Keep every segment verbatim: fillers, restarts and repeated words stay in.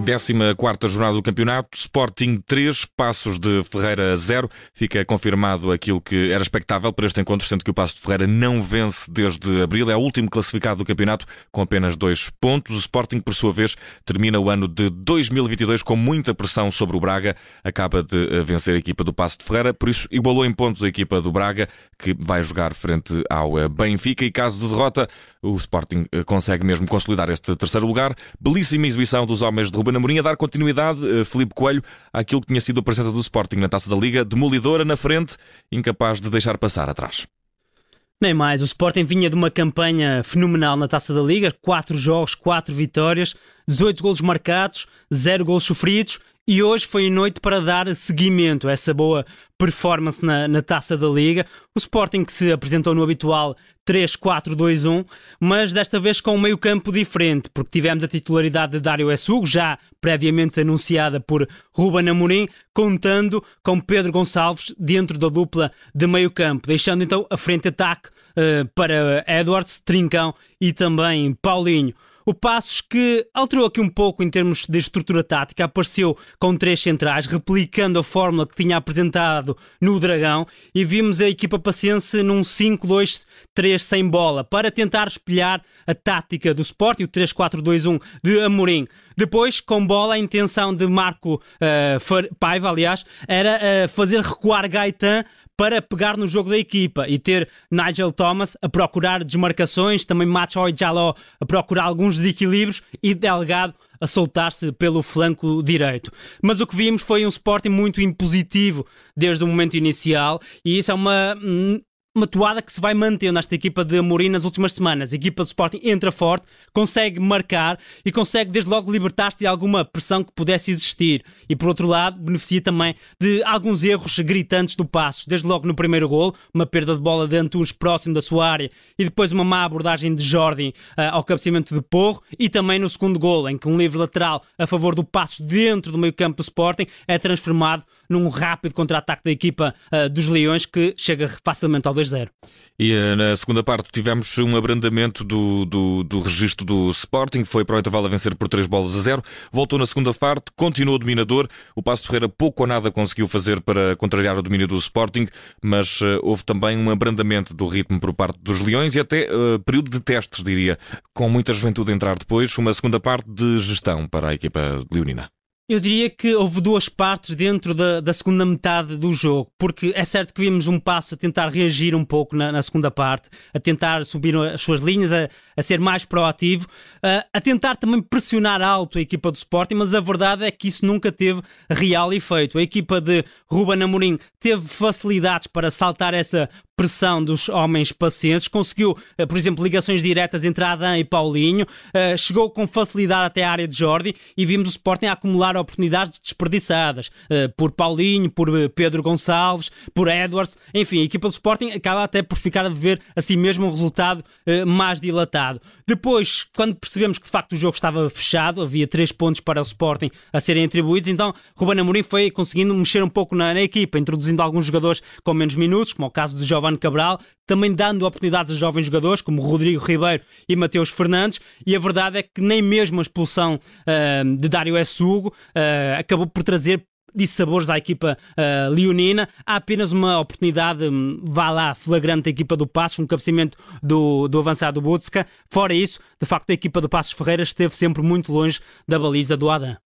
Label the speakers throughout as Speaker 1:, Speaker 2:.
Speaker 1: décima quarta jornada do campeonato, Sporting três, Passos de Ferreira zero. Fica confirmado aquilo que era expectável para este encontro, sendo que o Passos de Ferreira não vence desde abril. É o último classificado do campeonato com apenas dois pontos. O Sporting, por sua vez, termina o ano de dois mil e vinte e dois com muita pressão sobre o Braga. Acaba de vencer a equipa do Passos de Ferreira, por isso igualou em pontos a equipa do Braga, que vai jogar frente ao Benfica. E caso de derrota, o Sporting consegue mesmo consolidar este terceiro lugar. Belíssima exibição dos homens de Ruben Amorim a dar continuidade, Filipe Coelho, àquilo que tinha sido a presença do Sporting na Taça da Liga, demolidora na frente, incapaz de deixar passar atrás.
Speaker 2: Nem mais, o Sporting vinha de uma campanha fenomenal na Taça da Liga, quatro jogos, quatro vitórias, dezoito golos marcados, zero golos sofridos, e hoje foi a noite para dar seguimento a essa boa performance na, na Taça da Liga. O Sporting que se apresentou no habitual três quatro dois um, mas desta vez com um meio campo diferente, porque tivemos a titularidade de Dário Essugo, já previamente anunciada por Ruben Amorim, contando com Pedro Gonçalves dentro da dupla de meio campo, deixando então a frente de ataque uh, para Edwards, Trincão e também Paulinho. O Passos, que alterou aqui um pouco em termos de estrutura tática, apareceu com três centrais, replicando a fórmula que tinha apresentado no Dragão, e vimos a equipa passense num cinco dois três sem bola, para tentar espelhar a tática do Sporting, o três quatro dois um de Amorim. Depois, com bola, a intenção de Marco uh, Paiva, aliás, era uh, fazer recuar Gaetan para pegar no jogo da equipa e ter Nigel Thomas a procurar desmarcações, também Macho e Jaló a procurar alguns desequilíbrios e Delgado a soltar-se pelo flanco direito. Mas o que vimos foi um Sporting muito impositivo desde o momento inicial, e isso é uma... uma toada que se vai mantendo nesta equipa de Amorim nas últimas semanas. A equipa do Sporting entra forte, consegue marcar e consegue desde logo libertar-se de alguma pressão que pudesse existir. E por outro lado, beneficia também de alguns erros gritantes do Passos. Desde logo no primeiro golo, uma perda de bola de Antunes próximo da sua área e depois uma má abordagem de Jordi uh, ao cabeceamento de Porro, e também no segundo golo, em que um livre lateral a favor do Passos dentro do meio campo do Sporting é transformado num rápido contra-ataque da equipa uh, dos Leões, que chega facilmente ao dois zero.
Speaker 1: E uh, na segunda parte tivemos um abrandamento do, do, do registro do Sporting, foi para o intervalo a vencer por três bolas a zero, voltou na segunda parte, continuou dominador. O Passos de Ferreira pouco ou nada conseguiu fazer para contrariar o domínio do Sporting, mas uh, houve também um abrandamento do ritmo por parte dos Leões e até uh, período de testes, diria, com muita juventude a entrar depois, uma segunda parte de gestão para a equipa leonina.
Speaker 2: Eu diria que houve duas partes dentro da, da segunda metade do jogo, porque é certo que vimos um Passo a tentar reagir um pouco na, na segunda parte, a tentar subir as suas linhas, a, a ser mais proativo, a, a tentar também pressionar alto a equipa do Sporting, mas a verdade é que isso nunca teve real efeito. A equipa de Ruben Amorim teve facilidades para saltar essa pressão dos homens pacientes, conseguiu, por exemplo, ligações diretas entre Adán e Paulinho, chegou com facilidade até a área de Jordi, e vimos o Sporting a acumular oportunidades desperdiçadas por Paulinho, por Pedro Gonçalves, por Edwards. Enfim, a equipa do Sporting acaba até por ficar a dever a si mesmo um resultado mais dilatado. Depois, quando percebemos que de facto o jogo estava fechado, havia três pontos para o Sporting a serem atribuídos, então Ruben Amorim foi conseguindo mexer um pouco na, na equipa, introduzindo alguns jogadores com menos minutos, como é o caso de Giovanni Cabral, também dando oportunidades a jovens jogadores como Rodrigo Ribeiro e Mateus Fernandes, e a verdade é que nem mesmo a expulsão uh, de Dário Essugo uh, acabou por trazer dissabores à equipa uh, leonina. Há apenas uma oportunidade, um, vá lá, flagrante da equipa do Passos, um cabeceamento do, do avançado Butska. Fora isso, de facto, a equipa do Passos Ferreira esteve sempre muito longe da baliza do Adán.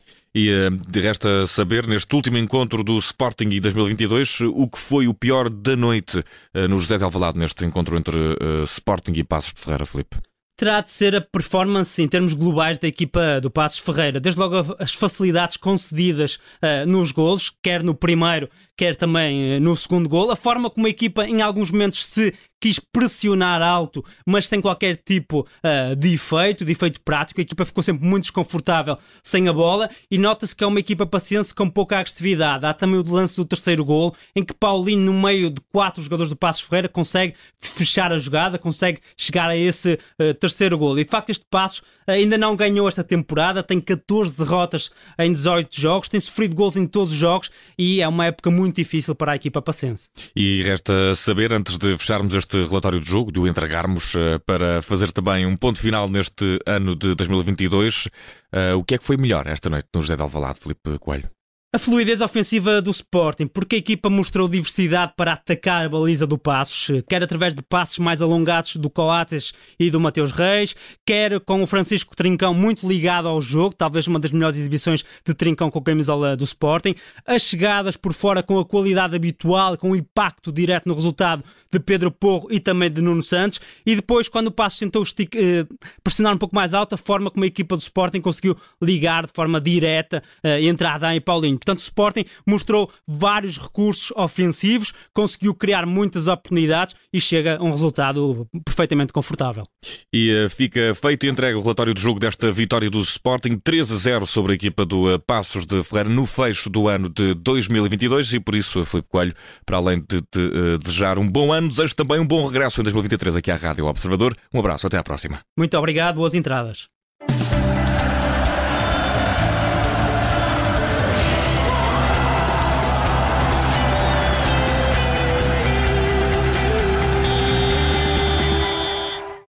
Speaker 1: E de resta saber, neste último encontro do Sporting em dois mil e vinte e dois, o que foi o pior da noite no José de Alvalade, neste encontro entre uh, Sporting e Passos de Ferreira, Filipe?
Speaker 2: Terá de ser a performance em termos globais da equipa do Passos Ferreira. Desde logo as facilidades concedidas uh, nos golos, quer no primeiro, quer também uh, no segundo golo. A forma como a equipa em alguns momentos se quis pressionar alto, mas sem qualquer tipo uh, de efeito, de efeito prático. A equipa ficou sempre muito desconfortável sem a bola, e nota-se que é uma equipa paciente com pouca agressividade. Há também o lance do terceiro golo, em que Paulinho, no meio de quatro jogadores do Passos Ferreira, consegue fechar a jogada, consegue chegar a esse uh, terceiro golo. E de facto este Passos ainda não ganhou esta temporada, tem catorze derrotas em dezoito jogos, tem sofrido golos em todos os jogos, e é uma época muito difícil para a equipa pacense.
Speaker 1: E resta saber, antes de fecharmos este este relatório de jogo, de o entregarmos para fazer também um ponto final neste ano de dois mil e vinte e dois. O que é que foi melhor esta noite no José de Alvalade, Filipe Coelho?
Speaker 2: A fluidez ofensiva do Sporting, porque a equipa mostrou diversidade para atacar a baliza do Passos, quer através de passos mais alongados do Coates e do Mateus Reis, quer com o Francisco Trincão muito ligado ao jogo, talvez uma das melhores exibições de Trincão com a camisola do Sporting, as chegadas por fora com a qualidade habitual, com o impacto direto no resultado de Pedro Porro e também de Nuno Santos, e depois quando o Passos tentou estic... eh, pressionar um pouco mais alto, a forma como a equipa do Sporting conseguiu ligar de forma direta eh, entre Adão e Paulinho. Portanto, o Sporting mostrou vários recursos ofensivos, conseguiu criar muitas oportunidades e chega a um resultado perfeitamente confortável.
Speaker 1: E uh, fica feito e entregue o relatório de jogo desta vitória do Sporting, três a zero sobre a equipa do uh, Passos de Ferreira no fecho do ano de dois mil e vinte e dois, e por isso, Filipe Coelho, para além de te uh, desejar um bom ano, desejo também um bom regresso em dois mil e vinte e três aqui à Rádio Observador. Um abraço, até à próxima.
Speaker 2: Muito obrigado, boas entradas.